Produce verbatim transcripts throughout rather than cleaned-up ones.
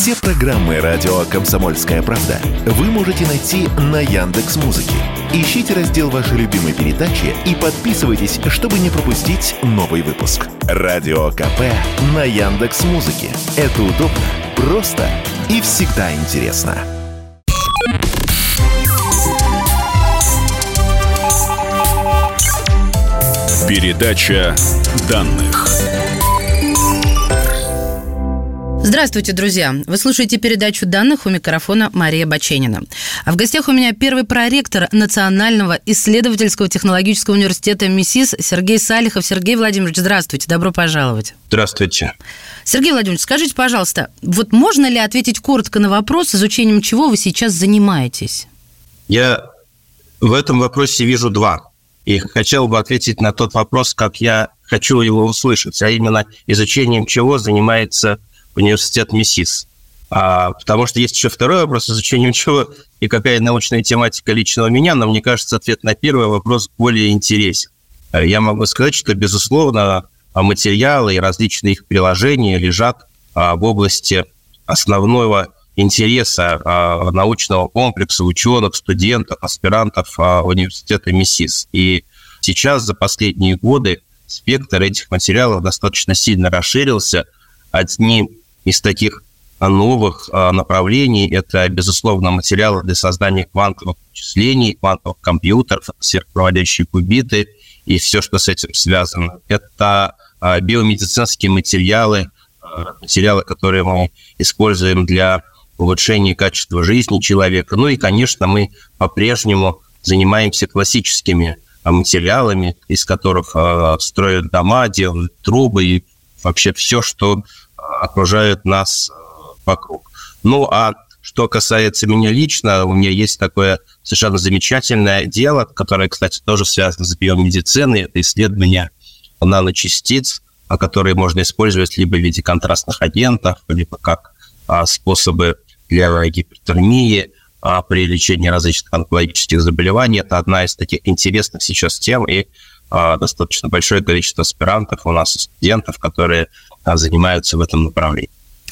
Все программы радио «Комсомольская правда» вы можете найти на Яндекс.Музыке. Ищите раздел вашей любимой передачи и подписывайтесь, чтобы не пропустить новый выпуск. Радио КП на Яндекс.Музыке. Это удобно, просто и всегда интересно. Передача данных. Здравствуйте, друзья! Вы слушаете передачу данных, у микрофона Мария Баченина. А в гостях у меня первый проректор Национального исследовательского технологического университета МИСИС Сергей Салихов. Сергей Владимирович, здравствуйте, добро пожаловать. Здравствуйте. Сергей Владимирович, скажите, пожалуйста, вот можно ли ответить коротко на вопрос, изучением чего вы сейчас занимаетесь? Я в этом вопросе вижу два. И хотел бы ответить на тот вопрос, как я хочу его услышать, а именно изучением чего занимается университет МИСИС. А, потому что есть еще второй вопрос, изучением чего и какая научная тематика лично у меня, но мне кажется, ответ на первый вопрос более интересен. Я могу сказать, что, безусловно, материалы и различные их приложения лежат а, в области основного интереса а, научного комплекса ученых, студентов, аспирантов а, университета МИСИС. И сейчас, за последние годы, спектр этих материалов достаточно сильно расширился. Одни из таких новых направлений – это, безусловно, материалы для создания квантовых вычислений, квантовых компьютеров, сверхпроводящие кубиты и все, что с этим связано. Это биомедицинские материалы, материалы, которые мы используем для улучшения качества жизни человека. Ну и, конечно, мы по-прежнему занимаемся классическими материалами, из которых строят дома, делают трубы и вообще все, что окружает нас вокруг. Ну, а что касается меня лично, у меня есть такое совершенно замечательное дело, которое, кстати, тоже связано с биомедициной. Это исследование наночастиц, которые можно использовать либо в виде контрастных агентов, либо как а, способы для гипертермии а, при лечении различных онкологических заболеваний. Это одна из таких интересных сейчас тем, и а, достаточно большое количество аспирантов у нас, студентов, которые а, занимаются в этом направлении.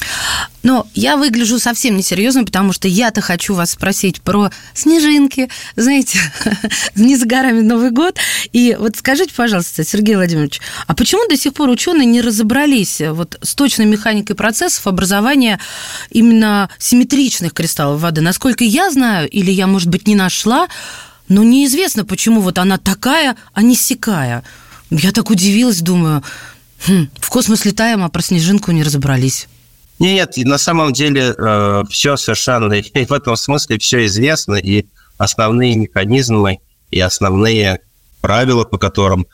Но я выгляжу совсем несерьезно, потому что я-то хочу вас спросить про снежинки. Знаете, не за горами Новый год. И вот скажите, пожалуйста, Сергей Владимирович, а почему до сих пор ученые не разобрались вот с точной механикой процессов образования именно симметричных кристаллов воды? Насколько я знаю, или я, может быть, не нашла, но неизвестно, почему вот она такая, а не сякая. Я так удивилась, думаю, хм, в космос летаем, а про снежинку не разобрались. Нет, на самом деле э, все совершенно, и в этом смысле все известно, и основные механизмы, и основные правила, по которым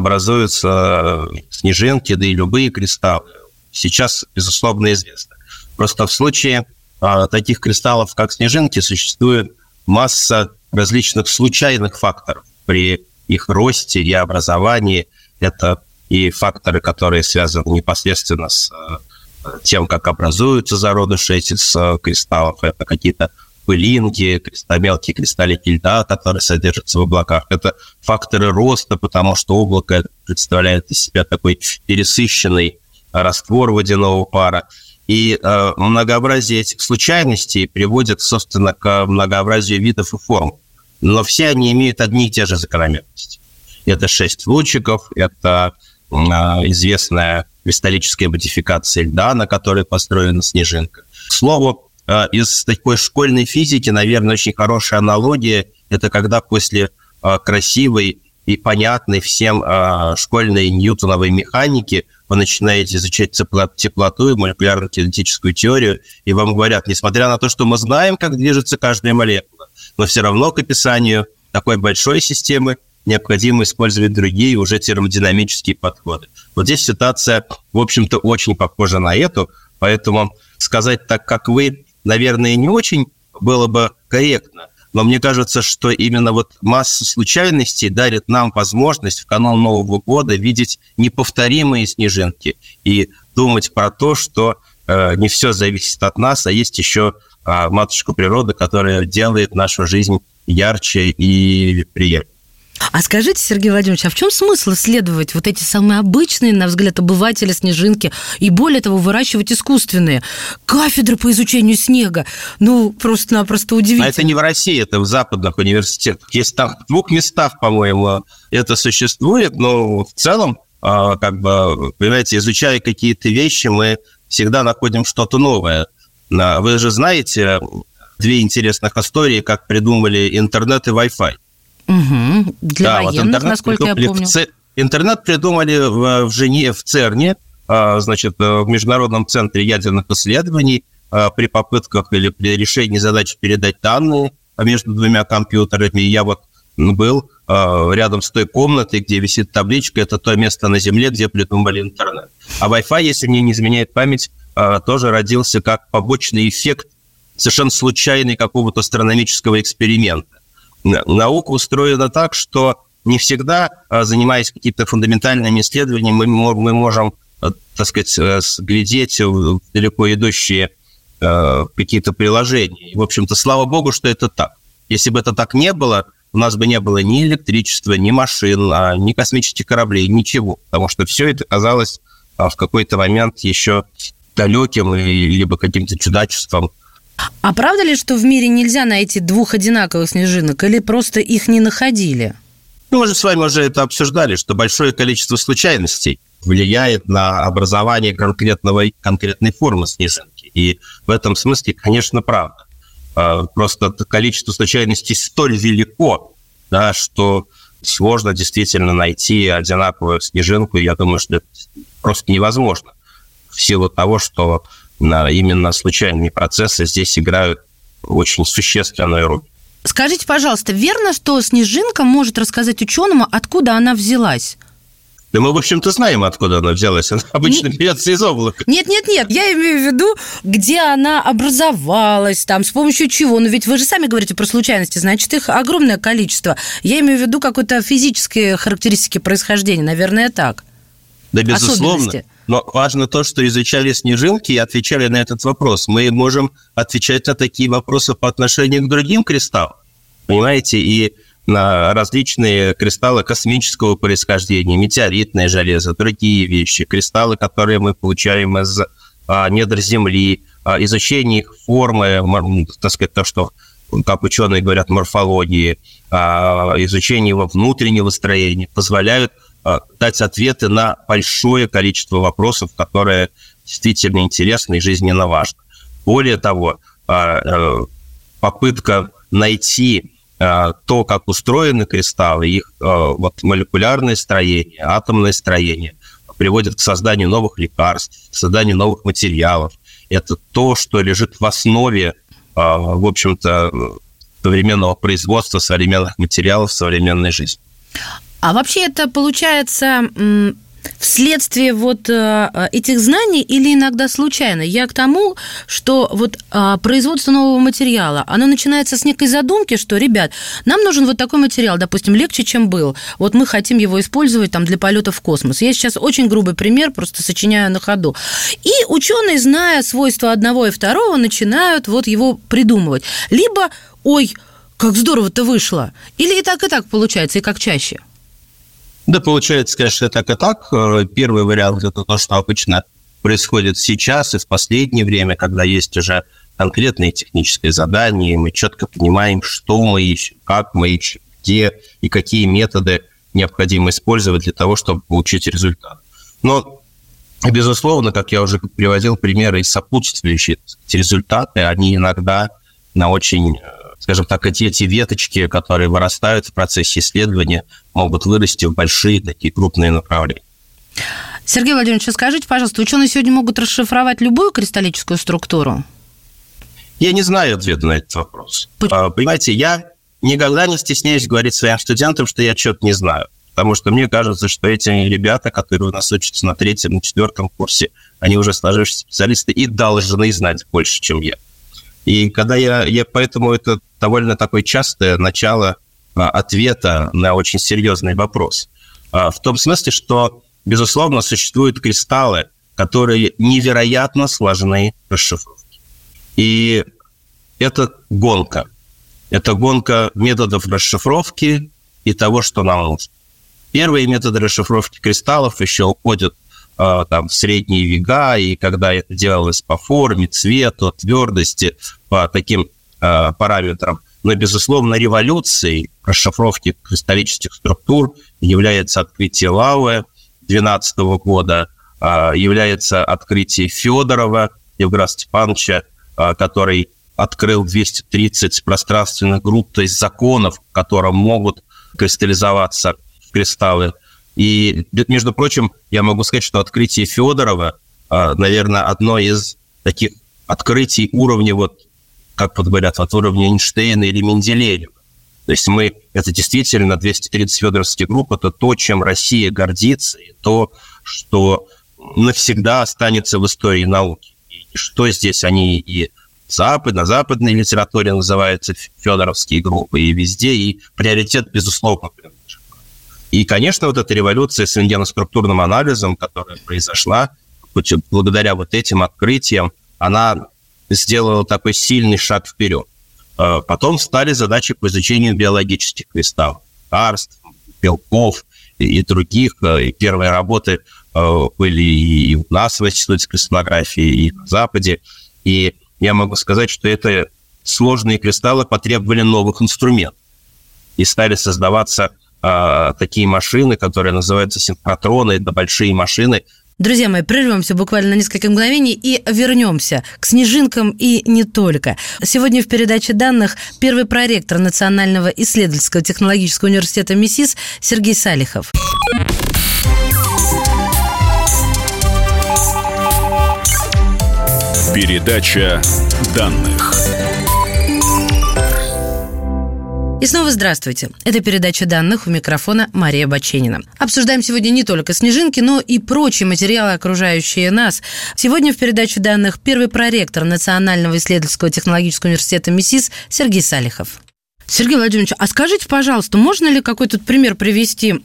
образуются снежинки, да и любые кристаллы, сейчас, безусловно, известны. Просто в случае э, таких кристаллов, как снежинки, существует масса различных случайных факторов при их росте и образовании. Это и факторы, которые связаны непосредственно с тем, как образуются зародыши этих кристаллов. Это какие-то пылинки, мелкие кристаллики льда, которые содержатся в облаках. Это факторы роста, потому что облако представляет из себя такой пересыщенный раствор водяного пара. И э, многообразие этих случайностей приводит, собственно, к многообразию видов и форм. Но все они имеют одни и те же закономерности. Это шесть лучиков, это э, известная кристаллическая модификация льда, на которой построена снежинка. К слову, э, из такой школьной физики, наверное, очень хорошая аналогия – это когда после э, красивой и понятной всем э, школьной ньютоновой механики вы начинаете изучать теплоту и молекулярно-кинетическую теорию, и вам говорят, несмотря на то, что мы знаем, как движется каждая молекула, но все равно к описанию такой большой системы необходимо использовать другие уже термодинамические подходы. Вот здесь ситуация, в общем-то, очень похожа на эту, поэтому сказать так, как вы, наверное, не очень было бы корректно, но мне кажется, что именно вот масса случайностей дарит нам возможность в канун Нового года видеть неповторимые снежинки и думать про то, что э, не все зависит от нас, а есть еще э, матушка природа, которая делает нашу жизнь ярче и приятнее. А скажите, Сергей Владимирович, а в чем смысл исследовать вот эти самые обычные, на взгляд обывателя, снежинки, и более того, выращивать искусственные кафедры по изучению снега? Ну, просто-напросто удивительно. А это не в России, это в западных университетах. Есть там в двух местах, по-моему, это существует, но в целом, как бы, понимаете, изучая какие-то вещи, мы всегда находим что-то новое. Вы же знаете две интересных истории, как придумали интернет и Wi-Fi. Угу. Для да, военных, вот насколько я помню. Ц... Интернет придумали в, в Жене, в ЦЕРНе, значит, в Международном центре ядерных исследований, при попытках или при решении задачи передать данные между двумя компьютерами. Я вот был рядом с той комнатой, где висит табличка, это то место на Земле, где придумали интернет. А Wi-Fi, если мне не изменяет память, тоже родился как побочный эффект совершенно случайный какого-то астрономического эксперимента. Наука устроена так, что не всегда, занимаясь какими-то фундаментальными исследованиями, мы можем, так сказать, глядеть в далеко идущие какие-то приложения. И, в общем-то, слава богу, что это так. Если бы это так не было, у нас бы не было ни электричества, ни машин, ни космических кораблей, ничего. Потому что все это казалось в какой-то момент еще далеким, либо каким-то чудачеством. А правда ли, что в мире нельзя найти двух одинаковых снежинок, или просто их не находили? Ну, мы же с вами уже это обсуждали, что большое количество случайностей влияет на образование конкретного, конкретной формы снежинки. И в этом смысле, конечно, правда. Просто количество случайностей столь велико, да, что сложно действительно найти одинаковую снежинку. Я думаю, что это просто невозможно в силу того, что именно случайные процессы здесь играют очень существенную роль. Скажите, пожалуйста, верно, что снежинка может рассказать ученому, откуда она взялась? Да мы, в общем-то, знаем, откуда она взялась. Она обычно не... берется из облака. Нет-нет-нет, я имею в виду, где она образовалась, там, с помощью чего. Но ведь вы же сами говорите про случайности, значит, их огромное количество. Я имею в виду какой-то физические характеристики происхождения, наверное, так. Да, безусловно. Но важно то, что изучали снежинки и отвечали на этот вопрос. Мы можем отвечать на такие вопросы по отношению к другим кристаллам. Понимаете? И на различные кристаллы космического происхождения, метеоритное железо, другие вещи, кристаллы, которые мы получаем из а, недр Земли, а, изучение их формы, так сказать, то, что, как ученые говорят, морфологии, а, изучение его внутреннего строения позволяют дать ответы на большое количество вопросов, которые действительно интересны и жизненно важны. Более того, попытка найти то, как устроены кристаллы, их вот, молекулярное строение, атомное строение, приводит к созданию новых лекарств, к созданию новых материалов. Это то, что лежит в основе, в общем-то, современного производства, современных материалов, современной жизни. А вообще это получается вследствие вот этих знаний или иногда случайно? Я к тому, что вот производство нового материала, оно начинается с некой задумки, что, ребят, нам нужен вот такой материал, допустим, легче, чем был. Вот мы хотим его использовать там для полета в космос. Я сейчас очень грубый пример, просто сочиняю на ходу. И ученые, зная свойства одного и второго, начинают вот его придумывать. Либо, ой, как здорово-то вышло. Или и так, и так получается, и как чаще. Да, получается, конечно, так и так. Первый вариант – это то, что обычно происходит сейчас и в последнее время, когда есть уже конкретные технические задания, и мы четко понимаем, что мы ищем, как мы ищем, где и какие методы необходимо использовать для того, чтобы получить результат. Но, безусловно, как я уже приводил примеры, и сопутствующие результаты, они иногда на очень... скажем так, эти, эти веточки, которые вырастают в процессе исследования, могут вырасти в большие такие крупные направления. Сергей Владимирович, скажите, пожалуйста, ученые сегодня могут расшифровать любую кристаллическую структуру? Я не знаю ответа на этот вопрос. Почему? Понимаете, я никогда не стесняюсь говорить своим студентам, что я что-то не знаю. Потому что мне кажется, что эти ребята, которые у нас учатся на третьем, на четвертом курсе, они уже сложившиеся специалисты и должны знать больше, чем я. И когда я, я... Поэтому это довольно такое частое начало а, ответа на очень серьезный вопрос. А, в том смысле, что, безусловно, существуют кристаллы, которые невероятно сложны расшифровки. И это гонка. Это гонка методов расшифровки, и того, что нам нужно. Первые методы расшифровки кристаллов еще уходят э, там, в средние века, и когда это делалось по форме, цвету, твердости, по таким э, параметрам. Но, безусловно, революцией расшифровки кристаллических структур является открытие Лауэ две тысячи двенадцатого года, э, является открытие Федорова Евграфа Степановича, э, который открыл двести тридцать пространственных групп, то есть законов, которые могут кристаллизоваться в кристаллы. И, между прочим, я могу сказать, что открытие Федорова, наверное, одно из таких открытий уровня, вот, как вот говорят, от уровня Эйнштейна или Менделеева. То есть мы, это действительно двести тридцать федоровских групп, это то, чем Россия гордится, и то, что навсегда останется в истории науки. И что здесь они и Запад, на западной литературе называются федоровские группы, и везде, и приоритет, безусловно, принадлежит. И, конечно, вот эта революция с рентгеноструктурным анализом, которая произошла благодаря вот этим открытиям, она сделала такой сильный шаг вперед. Потом стали задачи по изучению биологических кристаллов, лекарств, белков и других. И первые работы были и у нас в Институте кристаллографии, и на Западе. И я могу сказать, что это сложные кристаллы потребовали новых инструментов. И стали создаваться э, такие машины, которые называются синхротроны. Это большие машины. Друзья мои, прервемся буквально на несколько мгновений и вернемся к снежинкам и не только. Сегодня в передаче данных первый проректор Национального исследовательского технологического университета МИСИС Сергей Салихов. Передача данных. И снова здравствуйте. Это передача данных, у микрофона Мария Баченина. Обсуждаем сегодня не только снежинки, но и прочие материалы, окружающие нас. Сегодня в передаче данных первый проректор Национального исследовательского технологического университета МИСИС Сергей Салихов. Сергей Владимирович, а скажите, пожалуйста, можно ли какой-то пример привести,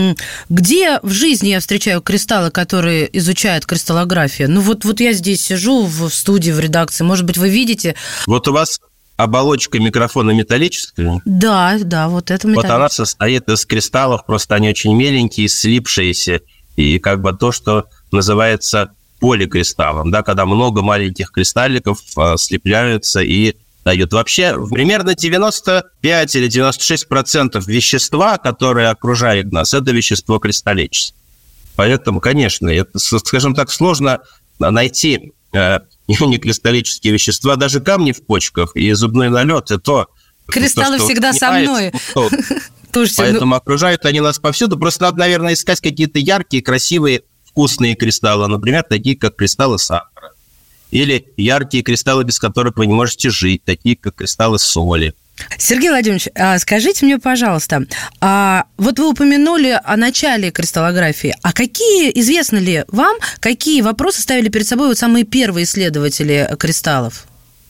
где в жизни я встречаю кристаллы, которые изучают кристаллографию? Ну вот, вот я здесь сижу в студии, в редакции, может быть, вы видите... Вот у вас оболочка микрофона металлическая? Да, да, вот это металлическая. Вот она состоит из кристаллов, просто они очень меленькие, слипшиеся, и как бы то, что называется поликристаллом, да, когда много маленьких кристалликов а, слепляются и дают. Вообще, примерно девяносто пять или девяносто шесть процентов вещества, которое окружает нас, это вещество кристаллическое. Поэтому, конечно, это, скажем так, сложно найти э, некристаллические вещества, даже камни в почках и зубной налет, и то... Кристаллы то, всегда со мной. Поэтому окружают они нас повсюду. Просто надо, наверное, искать какие-то яркие, красивые, вкусные кристаллы, например, такие, как кристаллы сахара. Или яркие кристаллы, без которых вы не можете жить, такие как кристаллы соли. Сергей Владимирович, скажите мне, пожалуйста, вот вы упомянули о начале кристаллографии. А какие, известно ли вам, какие вопросы ставили перед собой вот самые первые исследователи кристаллов?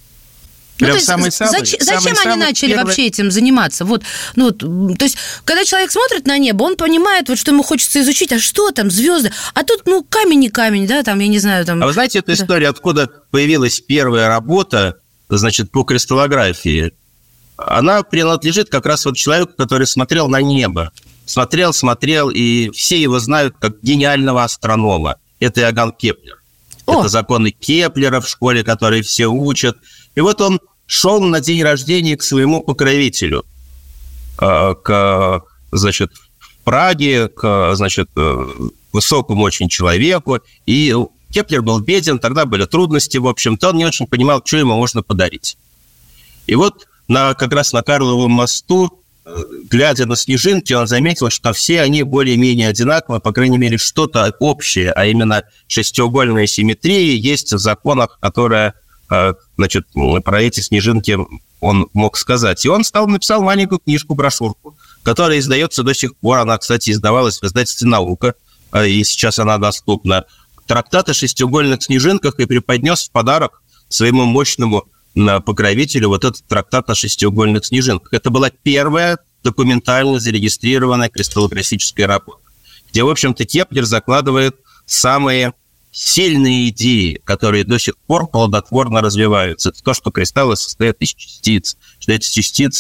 Ну, то есть, самый, зачем, самый, зачем самый, они начали первый... вообще этим заниматься? Вот, ну, вот, то есть, когда человек смотрит на небо, он понимает, вот, что ему хочется изучить, а что там, звезды? А тут, ну, камень не камень, да, там, я не знаю, там... А вы знаете эту да. историю, откуда появилась первая работа, значит, по кристаллографии? Она принадлежит как раз вот человеку, который смотрел на небо. Смотрел, смотрел, и все его знают как гениального астронома. Это Иоганн Кеплер. О! Это законы Кеплера в школе, которые все учат. И вот он шел на день рождения к своему покровителю, к, значит, в Праге, к, значит, высокому очень человеку. И Кеплер был беден, тогда были трудности, в общем-то, он не очень понимал, что ему можно подарить. И вот на, как раз на Карловом мосту, глядя на снежинки, он заметил, что все они более-менее одинаковы, по крайней мере, что-то общее, а именно шестиугольная симметрия есть в законах, которые... Значит, про эти снежинки он мог сказать. И он стал, написал маленькую книжку, брошюрку, которая издается до сих пор. Она, кстати, издавалась в издательстве «Наука», и сейчас она доступна. Трактат о шестиугольных снежинках, и преподнес в подарок своему мощному покровителю вот этот трактат о шестиугольных снежинках. Это была первая документально зарегистрированная кристаллографическая работа, где, в общем-то, Кеплер закладывает самые... сильные идеи, которые до сих пор плодотворно развиваются. Это то, что кристаллы состоят из частиц, что эти частицы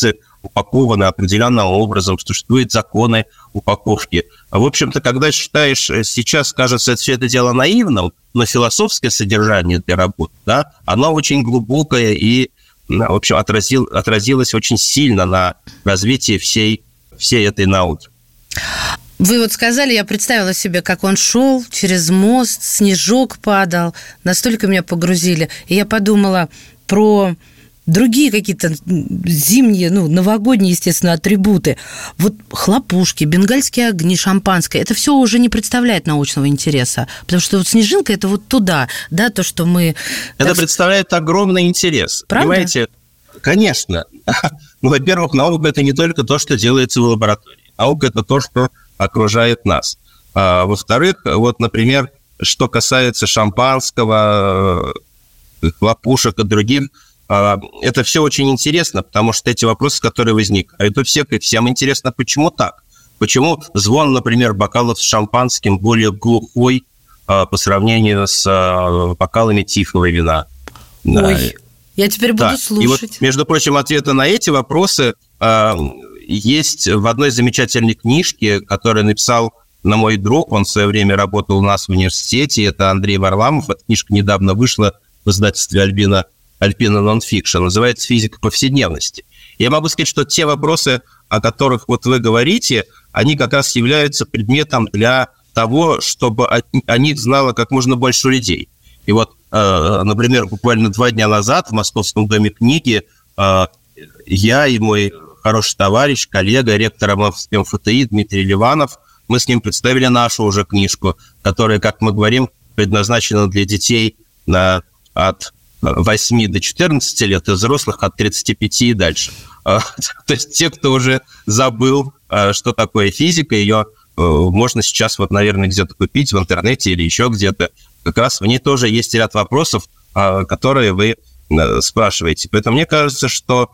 упакованы определенным образом, существуют законы упаковки. В общем-то, когда считаешь, сейчас кажется все это дело наивным, но философское содержание для работы, да, оно очень глубокое и, в общем, отразил, отразилось очень сильно на развитии всей, всей этой науки. Вы вот сказали, я представила себе, как он шел через мост, снежок падал, настолько меня погрузили. И я подумала про другие какие-то зимние, ну, новогодние, естественно, атрибуты. Вот хлопушки, бенгальские огни, шампанское, это все уже не представляет научного интереса. Потому что вот снежинка – это вот туда, да, то, что мы... Это так... представляет огромный интерес. Правда? Понимаете? Конечно. Ну, во-первых, наука – это не только то, что делается в лаборатории. Наука – это то, что окружает нас. А, во-вторых, вот, например, что касается шампанского, хлопушек и других, а, это все очень интересно, потому что эти вопросы, которые возникают у всех, и всем интересно, почему так? Почему звон, например, бокалов с шампанским более глухой а, по сравнению с а, бокалами тихого вина? Ой, да. Я теперь буду да. слушать. И вот, между прочим, ответы на эти вопросы а, есть в одной замечательной книжке, которую написал на мой друг, он в свое время работал у нас в университете, это Андрей Варламов, эта книжка недавно вышла в издательстве Альбина, Альпина Нонфикшн, называется «Физика повседневности». Я могу сказать, что те вопросы, о которых вот вы говорите, они как раз являются предметом для того, чтобы о них знало как можно больше людей. И вот, например, буквально два дня назад в Московском доме книги я и мой хороший товарищ, коллега, ректор эм эф тэ и Дмитрий Ливанов, мы с ним представили нашу уже книжку, которая, как мы говорим, предназначена для детей на, от восьми до четырнадцати лет, и взрослых от тридцати пяти и дальше. То есть те, кто уже забыл, что такое физика, ее можно сейчас, вот, наверное, где-то купить в интернете или еще где-то. Как раз в ней тоже есть ряд вопросов, которые вы спрашиваете. Поэтому мне кажется, что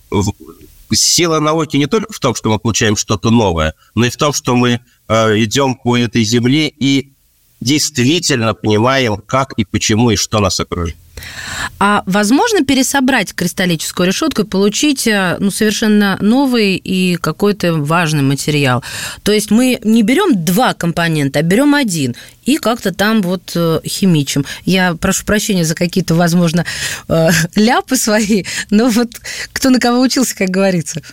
сила науки не только в том, что мы получаем что-то новое, но и в том, что мы э, идем по этой земле и действительно понимаем, как и почему и что нас окружает. А возможно пересобрать кристаллическую решетку и получить, ну, совершенно новый и какой-то важный материал? То есть мы не берем два компонента, а берем один и как-то там вот химичим. Я прошу прощения за какие-то, возможно, ляпы свои, но вот кто на кого учился, как говорится.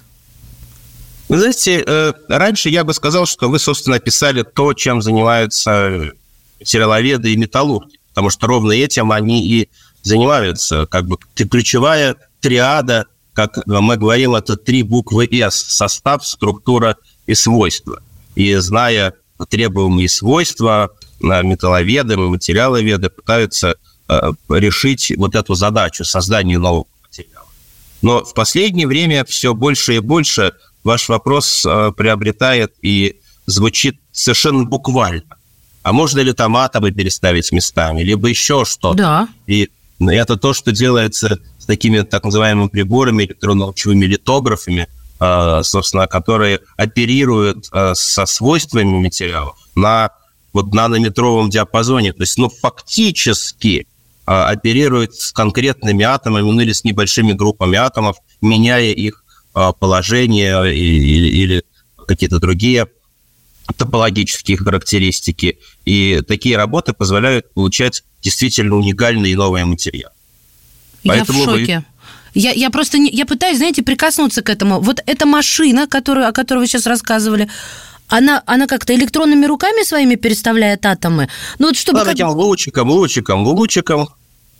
Вы знаете, раньше я бы сказал, что вы, собственно, описали то, чем занимаются материаловеды и металлурги, потому что ровно этим они и занимаются, как бы ключевая триада, как мы говорим, это три буквы «С» – состав, структура и свойства. И зная требуемые свойства, металловеды, материаловеды пытаются решить вот эту задачу создания нового материала. Но в последнее время все больше и больше ваш вопрос приобретает и звучит совершенно буквально. А можно ли там атомы переставить местами, либо еще что-то? Да. И это то, что делается с такими так называемыми приборами, электронно-лучевыми литографами, собственно, которые оперируют со свойствами материалов на вот нанометровом диапазоне. То есть, ну, фактически оперируют с конкретными атомами, ну, или с небольшими группами атомов, меняя их положение или, или какие-то другие топологические характеристики. И такие работы позволяют получать действительно уникальные и новые материалы. Я Поэтому в шоке. Вы... Я, я просто не, я пытаюсь, знаете, прикоснуться к этому. Вот эта машина, которую, о которой вы сейчас рассказывали, она, она как-то электронными руками своими переставляет атомы? Ну, вот чтобы да, как... таким лучиком, лучиком, лучиком.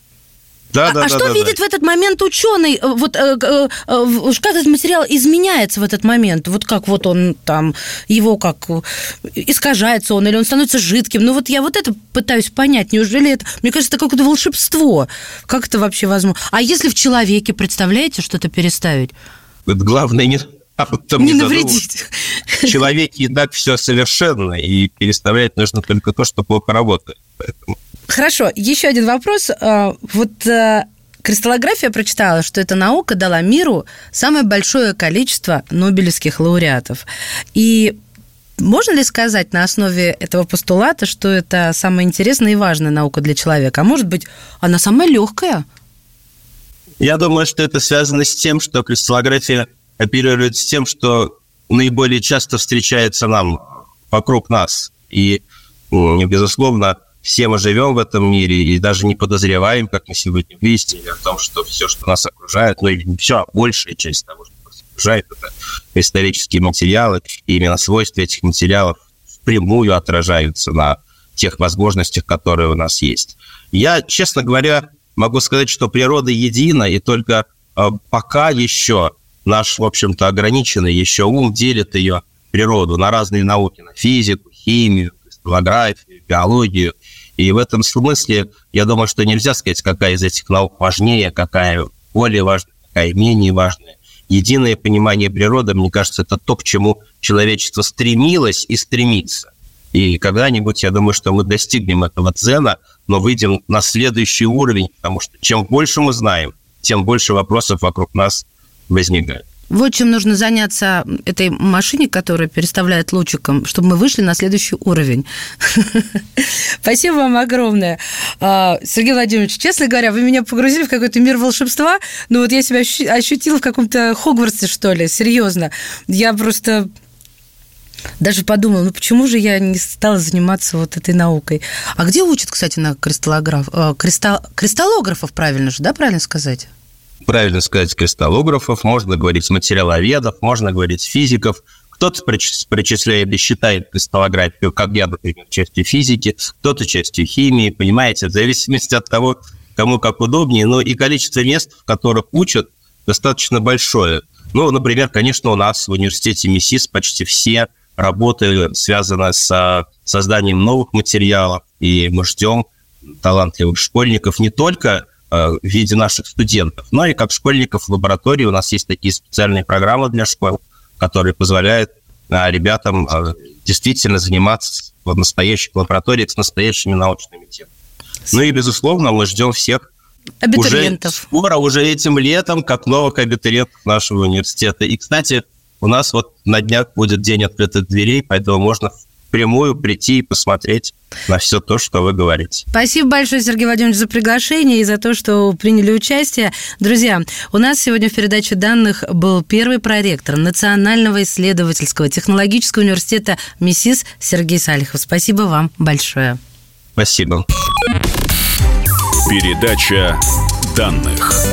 Да, а да, а да, что да, видит да. в этот момент ученый? Вот э, э, э, как этот материал изменяется в этот момент? Вот как вот он там, его как искажается он, или он становится жидким? Ну вот я вот это пытаюсь понять. Неужели это... Мне кажется, это какое-то волшебство. Как это вообще возможно? А если в человеке, представляете, что-то переставить? Это главное не... А потом не не навредить. В человеке и так все совершенно, и переставлять нужно только то, что плохо работает. Поэтому... Хорошо, еще один вопрос. Вот кристаллография прочитала, что эта наука дала миру самое большое количество нобелевских лауреатов. И можно ли сказать на основе этого постулата, что это самая интересная и важная наука для человека? А может быть, она самая легкая? Я думаю, что это связано с тем, что кристаллография оперирует с тем, что наиболее часто встречается нам вокруг нас. И, безусловно, все мы живем в этом мире и даже не подозреваем, как мы сегодня выяснили, о том, что все, что нас окружает, ну или не все, а большая часть того, что нас окружает, это исторические материалы, и именно свойства этих материалов впрямую отражаются на тех возможностях, которые у нас есть. Я, честно говоря, могу сказать, что природа едина, и только э, пока еще наш, в общем-то, ограниченный еще ум делит ее природу на разные науки, на физику, химию, кристаллографию, биологию. И в этом смысле, я думаю, что нельзя сказать, какая из этих наук важнее, какая более важная, какая менее важная. Единое понимание природы, мне кажется, это то, к чему человечество стремилось и стремится. И когда-нибудь, я думаю, что мы достигнем этого дзена, но выйдем на следующий уровень, потому что чем больше мы знаем, тем больше вопросов вокруг нас возникает. Вот чем нужно заняться этой машине, которая переставляет лучиком, чтобы мы вышли на следующий уровень. Спасибо вам огромное. Сергей Владимирович, честно говоря, вы меня погрузили в какой-то мир волшебства. Ну вот я себя ощутила в каком-то Хогвартсе, что ли, серьезно. Я просто даже подумала, ну почему же я не стала заниматься вот этой наукой? А где учат, кстати, на кристаллограф... Кристалл... кристаллографов, правильно же, да, правильно сказать? Правильно сказать, кристаллографов, можно говорить материаловедов, можно говорить физиков. Кто-то причисляет и считает кристаллографию, как я, например, частью физики, кто-то частью химии, понимаете, в зависимости от того, кому как удобнее. Но и количество мест, в которых учат, достаточно большое. Ну, например, конечно, у нас в университете МИСИС почти все работы связаны с созданием новых материалов, и мы ждем талантливых школьников не только в виде наших студентов, но и как школьников в лаборатории. У нас есть такие специальные программы для школ, которые позволяют ребятам действительно заниматься в настоящих лабораториях с настоящими научными темами. Ну и, безусловно, мы ждем всех абитуриентов. Уже скоро, уже этим летом, как новых абитуриентов нашего университета. И, кстати, у нас вот на днях будет день открытых дверей, поэтому можно впрямую прийти и посмотреть на все то, что вы говорите. Спасибо большое, Сергей Владимирович, за приглашение и за то, что приняли участие. Друзья, у нас сегодня в передаче данных был первый проректор Национального исследовательского технологического университета МИСИС Сергей Салихов. Спасибо вам большое. Спасибо. Передача данных.